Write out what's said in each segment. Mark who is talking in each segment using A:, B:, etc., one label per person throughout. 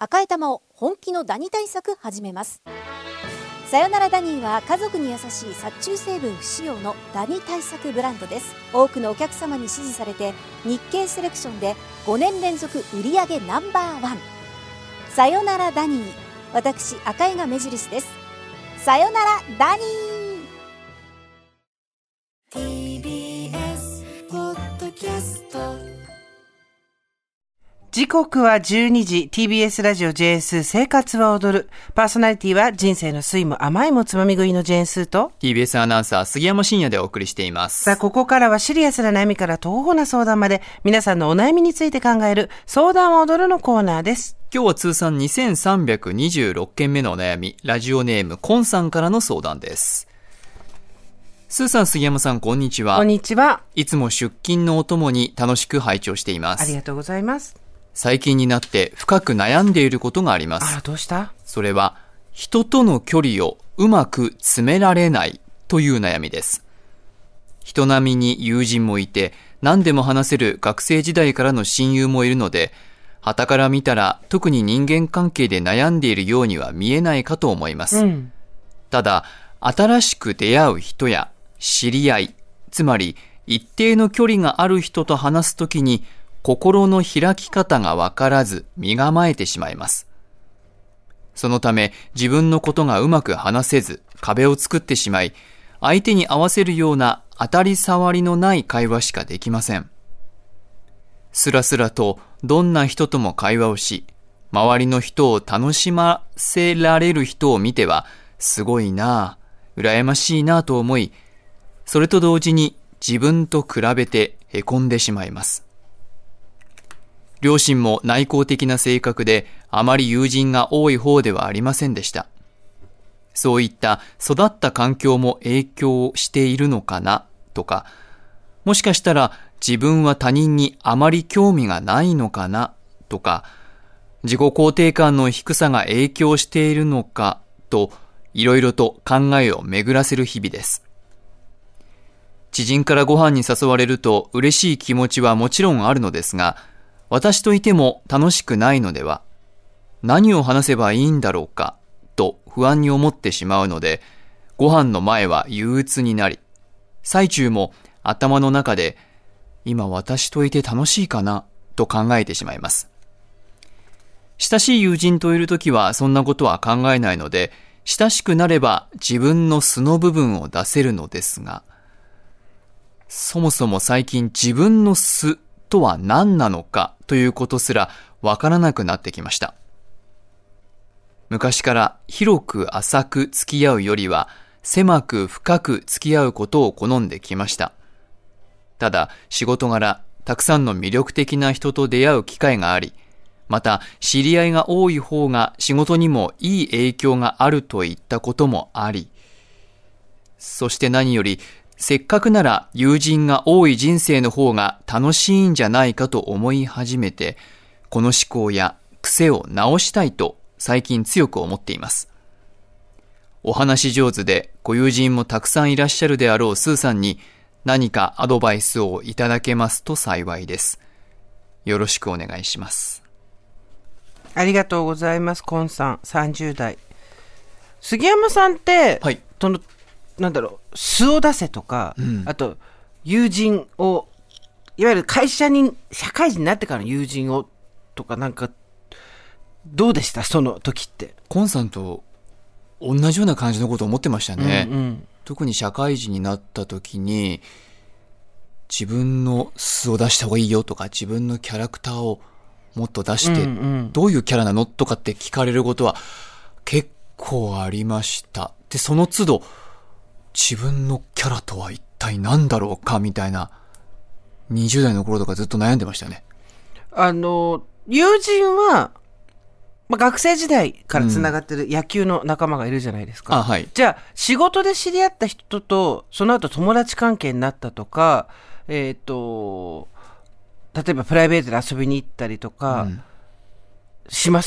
A: 赤い玉を本気のダニ対策始めます。さよならダニーは家族に優しい殺虫成分不使用のダニ対策ブランドです。多くのお客様に支持されて日経セレクションで5年連続売上No.1。さよならダニー、私赤井が目印です。さよならダニー。
B: TBS ポッドキャスト。
C: 時刻は12時。 TBS ラジオ JS 生活は踊る。パーソナリティは人生の酸いも甘いもつまみ食いのジェーンスーと
D: TBS アナウンサー杉山真也でお送りしています。
C: さあ、ここからはシリアスな悩みから東方な相談まで皆さんのお悩みについて考える相談は踊るのコーナーです。
D: 今日は通算2326件目のお悩み、ラジオネームコンさんからの相談です。スーさん、杉山さん、こんにちは。
C: こんにちは。
D: いつも出勤のお供に楽しく拝聴しています。
C: ありがとうございます。
D: 最近になって深く悩んでいることがあります。
C: あら、どうした？
D: それは人との距離をうまく詰められないという悩みです。人並みに友人もいて、何でも話せる学生時代からの親友もいるので、傍から見たら特に人間関係で悩んでいるようには見えないかと思います。ただ、新しく出会う人や知り合い、つまり一定の距離がある人と話すときに心の開き方がわからず身構えてしまいます。そのため自分のことがうまく話せず壁を作ってしまい、相手に合わせるような当たり障りのない会話しかできません。すらすらとどんな人とも会話をし、周りの人を楽しませられる人を見てはすごいなぁ、羨ましいなぁと思い、それと同時に自分と比べてへこんでしまいます。両親も内向的な性格で、あまり友人が多い方ではありませんでした。そういった育った環境も影響しているのかなとか、もしかしたら自分は他人にあまり興味がないのかなとか、自己肯定感の低さが影響しているのかと、いろいろと考えを巡らせる日々です。知人からご飯に誘われると嬉しい気持ちはもちろんあるのですが、私といても楽しくないのでは、何を話せばいいんだろうかと不安に思ってしまうので、ご飯の前は憂鬱になり、最中も頭の中で今私といて楽しいかなと考えてしまいます。親しい友人といるときはそんなことは考えないので、親しくなれば自分の素の部分を出せるのですが、そもそも最近自分の素とは何なのかということすらわからなくなってきました。昔から広く浅く付き合うよりは狭く深く付き合うことを好んできました。ただ仕事柄たくさんの魅力的な人と出会う機会があり、また知り合いが多い方が仕事にもいい影響があるといったこともあり、そして何よりせっかくなら友人が多い人生の方が楽しいんじゃないかと思い始めて、この思考や癖を直したいと最近強く思っています。お話上手でご友人もたくさんいらっしゃるであろうスーさんに何かアドバイスをいただけますと幸いです。よろしくお願いします。
C: ありがとうございます。コンさん、30代。杉山さんって、
D: はい、
C: なんだろう、素を出せとか、あと友人を、いわゆる社会人になってからの友人をとか、なんかどうでした？その時って。
D: コンさんと同じような感じのことを思ってましたね。特に社会人になった時に自分の素を出した方がいいよとか、自分のキャラクターをもっと出して、どういうキャラなのとかって聞かれることは結構ありました。で、その都度自分のキャラとは一体何だろうかみたいな、20代の頃とかずっと悩んでましたね。
C: 友人は、学生時代からつながってる野球の仲間がいるじゃないですか。
D: はい、
C: じゃあ仕事で知り合った人とその後友達関係になったとか、例えばプライベートで遊びに行ったりとか、します？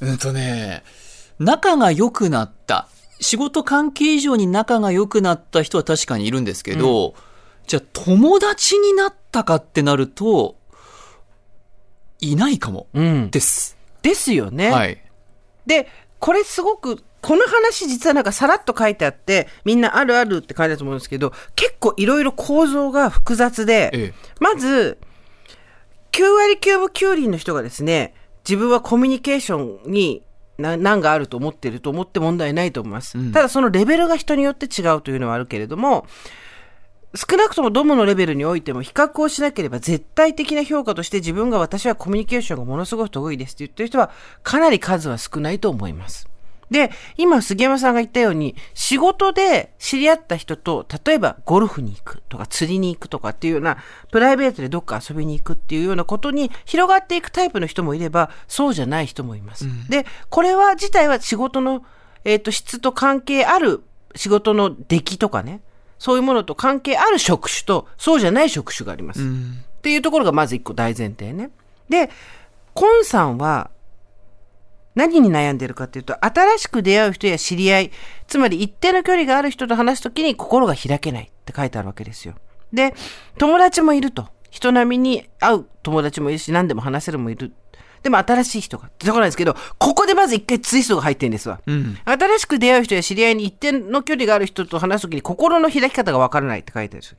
D: 仲が良くなった、仕事関係以上に仲が良くなった人は確かにいるんですけど、じゃあ友達になったかってなるといないかもです。
C: ですよね。
D: はい。
C: で、これすごく、この話実はなんかさらっと書いてあって、みんなあるあるって書いてあると思うんですけど、結構いろいろ構造が複雑で、まず、9割9分9厘の人がですね、自分はコミュニケーションに難があると思っていると思って問題ないと思います。ただそのレベルが人によって違うというのはあるけれども、少なくともどのレベルにおいても比較をしなければ絶対的な評価として私はコミュニケーションがものすごく得意ですって言ってる人はかなり数は少ないと思います。で、今杉山さんが言ったように仕事で知り合った人と例えばゴルフに行くとか釣りに行くとかっていうようなプライベートでどっか遊びに行くっていうようなことに広がっていくタイプの人もいればそうじゃない人もいます。で、これは自体は仕事の、質と関係ある仕事の出来とかね、そういうものと関係ある職種とそうじゃない職種があります。っていうところがまず一個大前提ね。で、コンさんは何に悩んでるかっていうと、新しく出会う人や知り合い、つまり一定の距離がある人と話すときに心が開けないって書いてあるわけですよ。で、友達もいると。人並みに会う友達もいるし、何でも話せるもいる。でも新しい人がってところなんですけど、ここでまず一回ツイストが入ってるんですわ。新しく出会う人や知り合いに一定の距離がある人と話すときに心の開き方がわからないって書いてあるんですよ。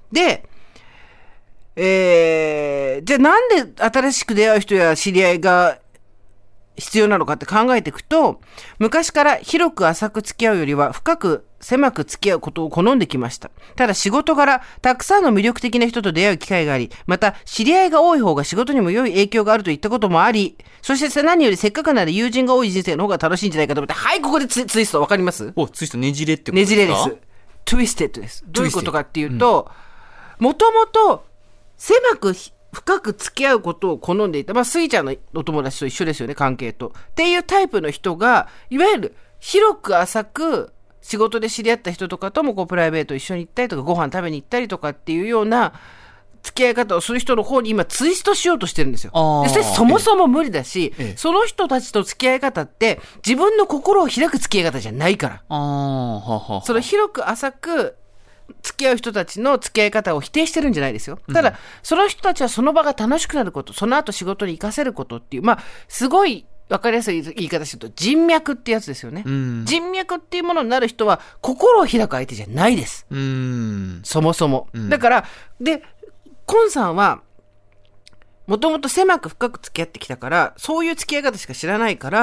C: で、じゃあなんで新しく出会う人や知り合いが必要なのかって考えていくと、昔から広く浅く付き合うよりは深く狭く付き合うことを好んできました。ただ仕事柄、たくさんの魅力的な人と出会う機会があり、また知り合いが多い方が仕事にも良い影響があるといったこともあり、そして何よりせっかくなら友人が多い人生の方が楽しいんじゃないかと思って、はい、ここでツイストわかります？
D: ツイストねじれってことですか？
C: ねじれです。トゥイステッドです。どういうことかっていうと、もともと狭く深く付き合うことを好んでいた。スイちゃんのお友達と一緒ですよね、関係と。っていうタイプの人が、いわゆる広く浅く仕事で知り合った人とかともプライベート一緒に行ったりとか、ご飯食べに行ったりとかっていうような付き合い方をする人の方に今ツイストしようとしてるんですよ。で、それそもそも無理だし、その人たちと付き合い方って自分の心を開く付き合い方じゃないから。その広く浅く付き合う人たちの付き合い方を否定してるんじゃないですよ。ただ、その人たちはその場が楽しくなること、その後仕事に活かせることっていう、すごい分かりやすい言い方すると人脈ってやつですよね。人脈っていうものになる人は心を開く相手じゃないです。そもそも。だから、で、コンさんは、もともと狭く深く付き合ってきたから、そういう付き合い方しか知らないから、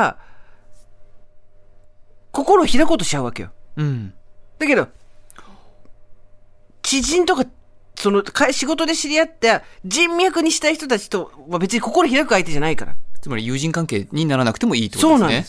C: 心を開こうとしちゃうわけよ。だけど、知人とか、仕事で知り合った人脈にしたい人たちとは別に心開く相手じゃないから。
D: つまり友人関係にならなくてもいいってことですね。そうなんです。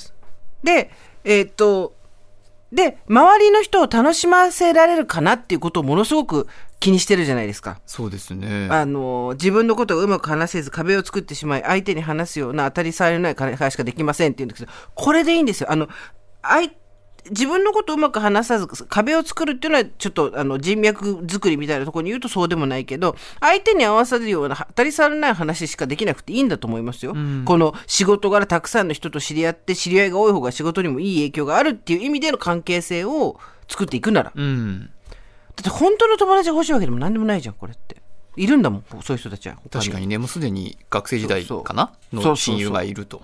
C: で、周りの人を楽しませられるかなっていうことをものすごく気にしてるじゃないですか。
D: そうですね。
C: 自分のことをうまく話せず壁を作ってしまい、相手に話すような当たり障りのない会しかできませんって言うんですけど、これでいいんですよ。自分のことをうまく話さず壁を作るっていうのはちょっと人脈作りみたいなところに言うとそうでもないけど、相手に合わせるような当たり障りない話しかできなくていいんだと思いますよ。この仕事柄たくさんの人と知り合って知り合いが多い方が仕事にもいい影響があるっていう意味での関係性を作っていくなら、だって本当の友達が欲しいわけでも何でもないじゃん。これっているんだもん、そういう人たちは。
D: 確かにね、もうすでに学生時代かなの親友がいると。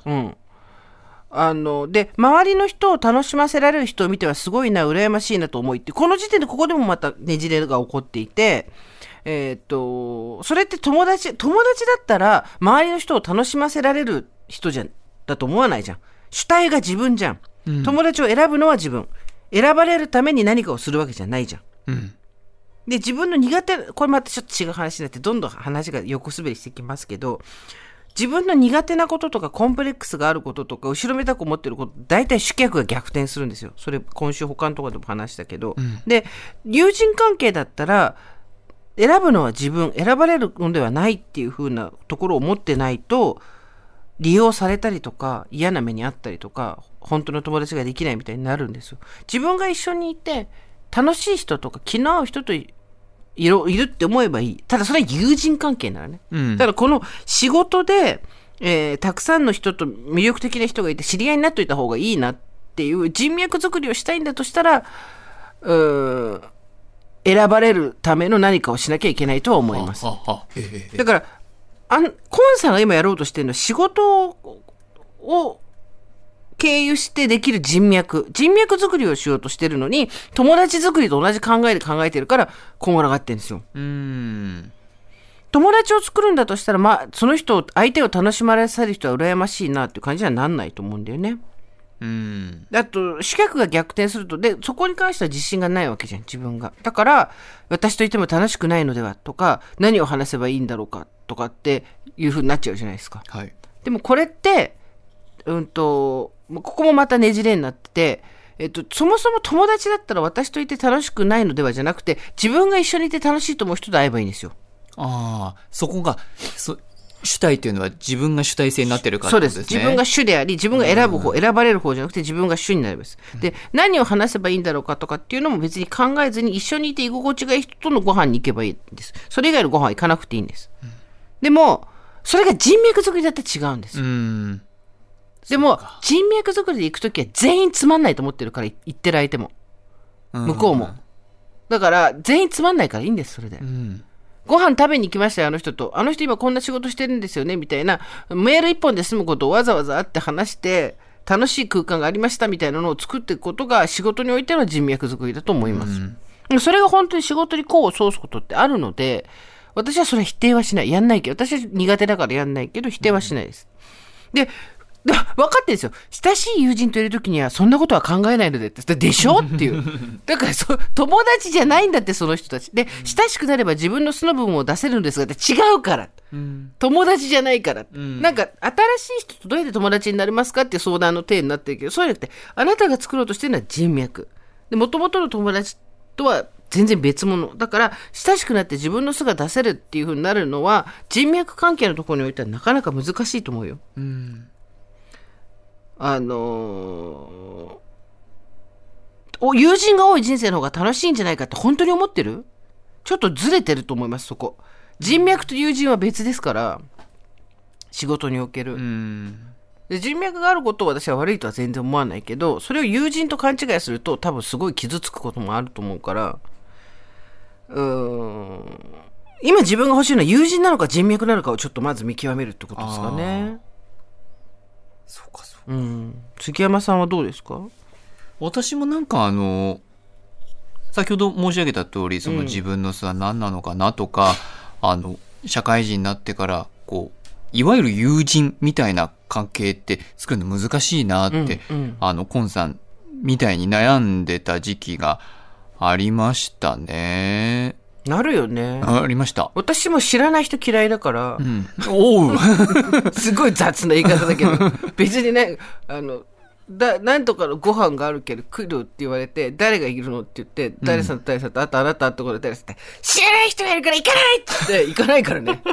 C: で、周りの人を楽しませられる人を見てはすごいな、羨ましいなと思いって、この時点でここでもまたねじれが起こっていて、それって友達だったら、周りの人を楽しませられる人だと思わないじゃん。主体が自分じゃん。友達を選ぶのは自分。選ばれるために何かをするわけじゃないじゃん。で、自分の苦手、これまたちょっと違う話になって、どんどん話が横滑りしてきますけど、自分の苦手なこととかコンプレックスがあることとか後ろめたく思ってること、大体主客が逆転するんですよ。それ今週他のところでも話したけど、で、友人関係だったら選ぶのは自分、選ばれるのではないっていう風なところを持ってないと利用されたりとか嫌な目にあったりとか本当の友達ができないみたいになるんですよ。自分が一緒にいて楽しい人とか気の合う人といるって思えばいい。ただそれは友人関係ならね。ただこの仕事で、たくさんの人と魅力的な人がいて知り合いになっといた方がいいなっていう人脈作りをしたいんだとしたら、選ばれるための何かをしなきゃいけないとは思います。だからコンさんが今やろうとしてるのは仕事を経由してできる人脈作りをしようとしてるのに、友達作りと同じ考えで考えてるから、こんがらがってるんですよ。友達を作るんだとしたら、その人、相手を楽しませる人は羨ましいなっていう感じにはなんないと思うんだよね。あと、視覚が逆転すると、で、そこに関しては自信がないわけじゃん、自分が。だから、私といても楽しくないのではとか、何を話せばいいんだろうかとかっていう風になっちゃうじゃないですか。
D: はい。
C: でもこれって、ここもまたねじれになってて、そもそも友達だったら私といて楽しくないのではじゃなくて、自分が一緒にいて楽しいと思う人と会えばいいんですよ。
D: そこが、主体というのは自分が主体性になってるから
C: ですね。そうです。自分が主であり、自分が選ばれる方じゃなくて自分が主になります。で、何を話せばいいんだろうかとかっていうのも別に考えずに、一緒にいて居心地がいい人とのご飯に行けばいいんです。それ以外のご飯は行かなくていいんです。でも、それが人脈作りだったら違うんですよ。でも、人脈作りで行くときは全員つまんないと思ってるから、行ってる相手も。向こうも。だから、全員つまんないからいいんです、それで。ご飯食べに行きましたよ、あの人と。あの人今こんな仕事してるんですよね、みたいな。メール一本で済むことをわざわざ会って話して、楽しい空間がありましたみたいなのを作っていくことが仕事においての人脈作りだと思います。それが本当に仕事に功を奏すことってあるので、私はそれは否定はしない。やんないけど、私は苦手だからやんないけど、否定はしないです。で、分かってるんですよ。親しい友人といるときにはそんなことは考えないのでって。でしょっていう。だから友達じゃないんだって、その人たち。で、親しくなれば自分の素の部分を出せるんですが、違うから。友達じゃないから。なんか、新しい人とどうやって友達になりますかっていう相談の体になってるけど、そうじゃなくて、あなたが作ろうとしてるのは人脈。で、元々の友達とは全然別物。だから、親しくなって自分の素が出せるっていう風になるのは、人脈関係のところにおいてはなかなか難しいと思うよ。友人が多い人生の方が楽しいんじゃないかって本当に思ってる？ちょっとずれてると思います、そこ。人脈と友人は別ですから、仕事における。で、人脈があることを私は悪いとは全然思わないけど、それを友人と勘違いすると多分すごい傷つくこともあると思うから、今自分が欲しいのは友人なのか人脈なのかをちょっとまず見極めるってことですかね。
D: そうか。
C: 杉山さんはどうですか？
D: 私もなんか先ほど申し上げた通り、その自分の素は何なのかなとか、社会人になってからいわゆる友人みたいな関係って作るの難しいなって、コンさんみたいに悩んでた時期がありましたね。
C: なるよね。
D: ありました。
C: 私も知らない人嫌いだから。すごい雑な言い方だけど、別にね、なんとかのご飯があるけど来るって言われて、誰がいるのって言って、誰さんと誰さんと、あとあなたってことで誰さんって、知らない人がいるから行かないって言って、行かないからね。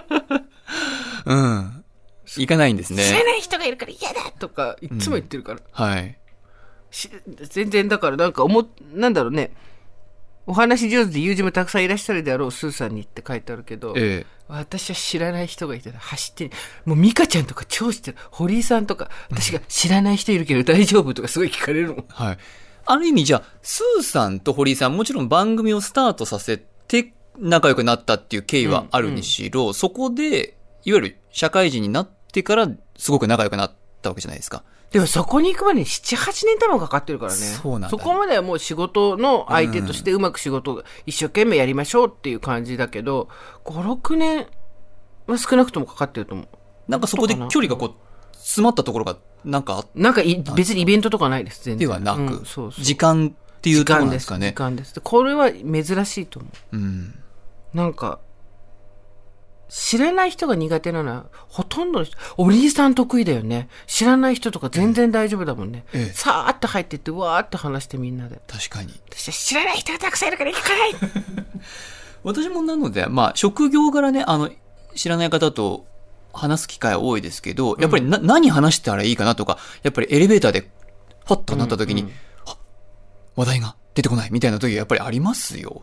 D: 行かないんですね。
C: 知らない人がいるから嫌だとか、いつも言ってるから。
D: はい。
C: 全然だからなんかなんだろうね。お話上手で友人もたくさんいらっしゃるであろうスーさんにって書いてあるけど、私は知らない人がいて走ってもうミカちゃんとか超知ってる、堀井さんとか、私が知らない人いるけど大丈夫とかすごい聞かれるの。
D: はい。ある意味じゃあスーさんと堀井さんもちろん番組をスタートさせて仲良くなったっていう経緯はあるにしろ、そこでいわゆる社会人になってからすごく仲良くなったわけじゃないですか。
C: でもそこに行くまでに 7,8 年多分かかってるからね。
D: そうなんだね。
C: そこまではもう仕事の相手としてうまく仕事を一生懸命やりましょうっていう感じだけど、5、6年は少なくともかかってると思う。
D: なんかそこで距離が詰まったところがなんか
C: 別にイベントとかないです、全然。
D: ではなく、
C: そう
D: 時間っていうところなんですかね。
C: 時間です。これは珍しいと思う。なんか、知らない人が苦手なのはほとんどの人。お兄さん得意だよね。知らない人とか全然大丈夫だもんね。さーって入ってってわーって話してみんなで。
D: 確かに。
C: 私は知らない人がたくさんいるから行かない
D: 私もなので、職業柄ね、知らない方と話す機会多いですけど、やっぱり何話したらいいかなとか、やっぱりエレベーターでファッとなった時に、話題が出てこないみたいな時やっぱりありますよ。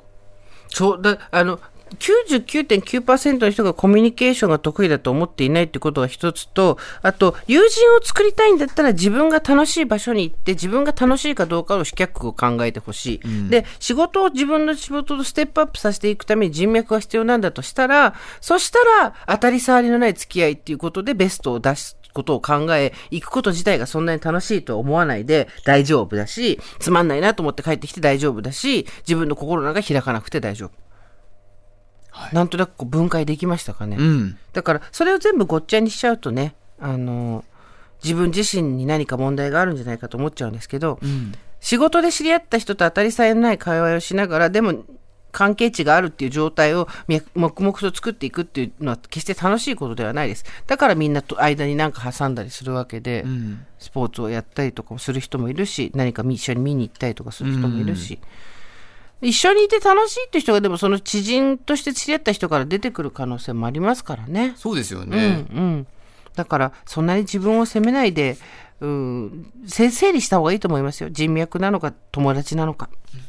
C: 99.9% の人がコミュニケーションが得意だと思っていないってことが一つと、あと友人を作りたいんだったら自分が楽しい場所に行って自分が楽しいかどうかの試脚を考えてほしい、で自分の仕事とステップアップさせていくために人脈が必要なんだとしたら、そしたら当たり障りのない付き合いっていうことでベストを出すことを考え、行くこと自体がそんなに楽しいとは思わないで大丈夫だし、つまんないなと思って帰ってきて大丈夫だし、自分の心なんか開かなくて大丈夫。はい、なんとなく分解できましたかね。だからそれを全部ごっちゃにしちゃうとね、自分自身に何か問題があるんじゃないかと思っちゃうんですけど、仕事で知り合った人と当たり障りのない会話をしながら、でも関係値があるっていう状態を黙々と作っていくっていうのは決して楽しいことではないです。だからみんなと間に何か挟んだりするわけで、スポーツをやったりとかもする人もいるし、何か一緒に見に行ったりとかする人もいるし、一緒にいて楽しいって人がでもその知人として知り合った人から出てくる可能性もありますからね。
D: そうですよね。
C: だからそんなに自分を責めないで、整理した方がいいと思いますよ。人脈なのか友達なのか。